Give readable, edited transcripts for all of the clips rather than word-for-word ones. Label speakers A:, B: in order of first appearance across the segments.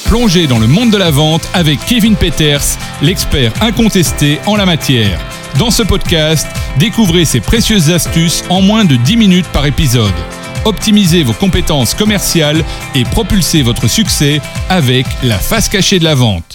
A: Plongez dans le monde de la vente avec Kevin Peters, l'expert incontesté en la matière. Dans ce podcast, découvrez ses précieuses astuces en moins de 10 minutes par épisode. Optimisez vos compétences commerciales et propulsez votre succès avec la face cachée de la vente.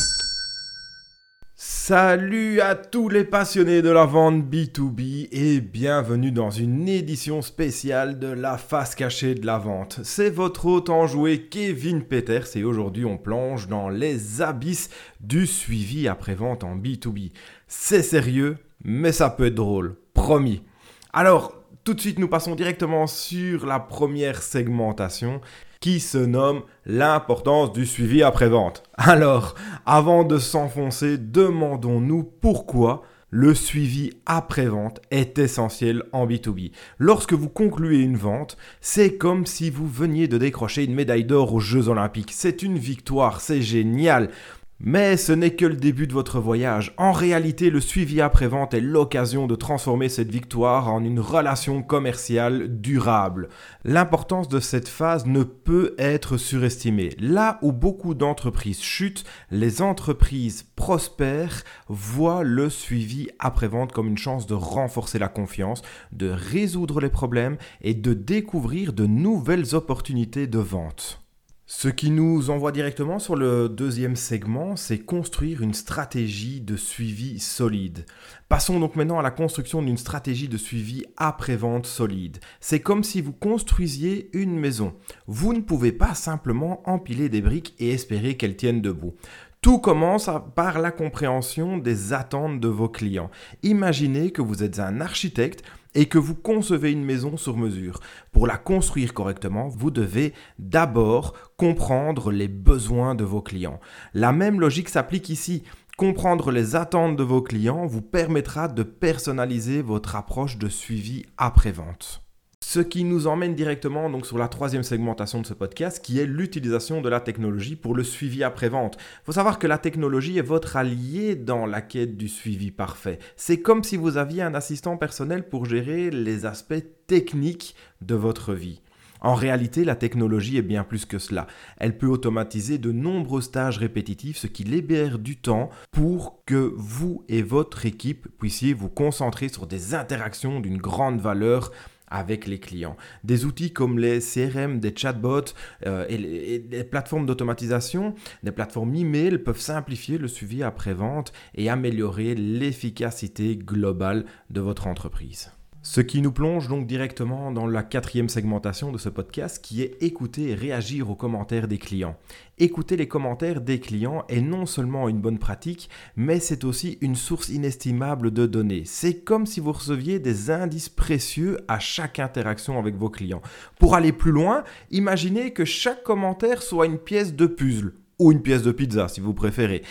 B: Salut à tous les passionnés de la vente B2B et bienvenue dans une édition spéciale de la face cachée de la vente. C'est votre hôte enjoué Kevin Peters et aujourd'hui on plonge dans les abysses du suivi après-vente en B2B. C'est sérieux, mais ça peut être drôle, promis. Alors, tout de suite nous passons directement sur la première segmentation qui se nomme l'importance du suivi après-vente. Alors, avant de s'enfoncer, demandons-nous pourquoi le suivi après-vente est essentiel en B2B. Lorsque vous concluez une vente, c'est comme si vous veniez de décrocher une médaille d'or aux Jeux Olympiques. C'est une victoire, c'est génial. Mais ce n'est que le début de votre voyage. En réalité, le suivi après-vente est l'occasion de transformer cette victoire en une relation commerciale durable. L'importance de cette phase ne peut être surestimée. Là où beaucoup d'entreprises chutent, les entreprises prospères voient le suivi après-vente comme une chance de renforcer la confiance, de résoudre les problèmes et de découvrir de nouvelles opportunités de vente. Ce qui nous envoie directement sur le deuxième segment, c'est construire une stratégie de suivi solide. Passons donc maintenant à la construction d'une stratégie de suivi après-vente solide. C'est comme si vous construisiez une maison. Vous ne pouvez pas simplement empiler des briques et espérer qu'elles tiennent debout. Tout commence par la compréhension des attentes de vos clients. Imaginez que vous êtes un architecte et que vous concevez une maison sur mesure. Pour la construire correctement, vous devez d'abord comprendre les besoins de vos clients. La même logique s'applique ici. Comprendre les attentes de vos clients vous permettra de personnaliser votre approche de suivi après-vente. Ce qui nous emmène directement donc sur la troisième segmentation de ce podcast qui est l'utilisation de la technologie pour le suivi après-vente. Il faut savoir que la technologie est votre allié dans la quête du suivi parfait. C'est comme si vous aviez un assistant personnel pour gérer les aspects techniques de votre vie. En réalité, la technologie est bien plus que cela. Elle peut automatiser de nombreuses tâches répétitives, ce qui libère du temps pour que vous et votre équipe puissiez vous concentrer sur des interactions d'une grande valeur avec les clients. Des outils comme les CRM, des chatbots et les plateformes d'automatisation, des plateformes email peuvent simplifier le suivi après-vente et améliorer l'efficacité globale de votre entreprise. Ce qui nous plonge donc directement dans la quatrième segmentation de ce podcast qui est écouter et réagir aux commentaires des clients. Écouter les commentaires des clients est non seulement une bonne pratique, mais c'est aussi une source inestimable de données. C'est comme si vous receviez des indices précieux à chaque interaction avec vos clients. Pour aller plus loin, imaginez que chaque commentaire soit une pièce de puzzle. Ou une pièce de pizza si vous préférez.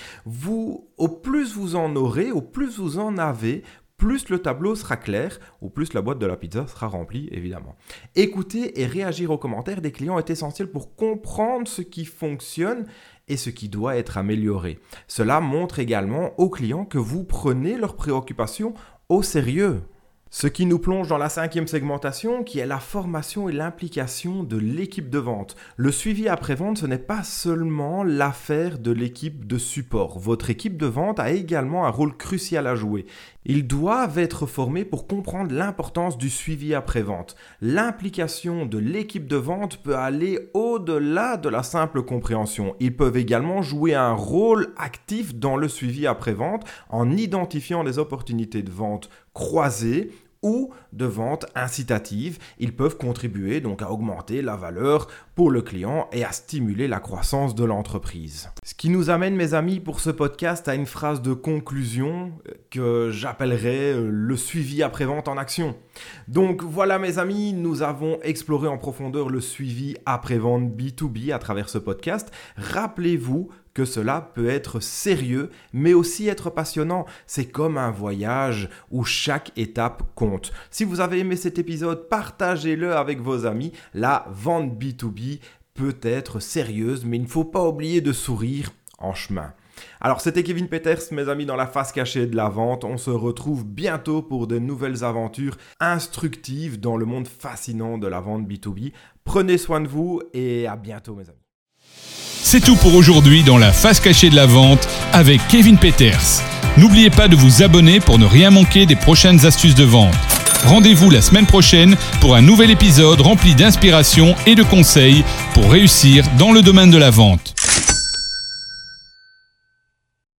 B: Au plus vous en aurez, au plus vous en avez, plus le tableau sera clair, ou plus la boîte de la pizza sera remplie, évidemment. Écouter et réagir aux commentaires des clients est essentiel pour comprendre ce qui fonctionne et ce qui doit être amélioré. Cela montre également aux clients que vous prenez leurs préoccupations au sérieux. Ce qui nous plonge dans la cinquième segmentation qui est la formation et l'implication de l'équipe de vente. Le suivi après-vente, ce n'est pas seulement l'affaire de l'équipe de support. Votre équipe de vente a également un rôle crucial à jouer. Ils doivent être formés pour comprendre l'importance du suivi après-vente. L'implication de l'équipe de vente peut aller au-delà de la simple compréhension. Ils peuvent également jouer un rôle actif dans le suivi après-vente en identifiant les opportunités de vente croisées ou de vente incitative. Ils peuvent contribuer donc à augmenter la valeur pour le client et à stimuler la croissance de l'entreprise. Ce qui nous amène, mes amis, pour ce podcast à une phrase de conclusion que j'appellerais le suivi après-vente en action. Donc voilà, mes amis, nous avons exploré en profondeur le suivi après-vente B2B à travers ce podcast. Rappelez-vous que cela peut être sérieux, mais aussi être passionnant. C'est comme un voyage où chaque étape compte. Si vous avez aimé cet épisode, partagez-le avec vos amis. La vente B2B peut être sérieuse, mais il ne faut pas oublier de sourire en chemin. Alors, c'était Kevin Peters, mes amis, dans la face cachée de la vente. On se retrouve bientôt pour de nouvelles aventures instructives dans le monde fascinant de la vente B2B. Prenez soin de vous et à bientôt, mes amis.
A: C'est tout pour aujourd'hui dans la face cachée de la vente avec Kevin Peters. N'oubliez pas de vous abonner pour ne rien manquer des prochaines astuces de vente. Rendez-vous la semaine prochaine pour un nouvel épisode rempli d'inspiration et de conseils pour réussir dans le domaine de la vente.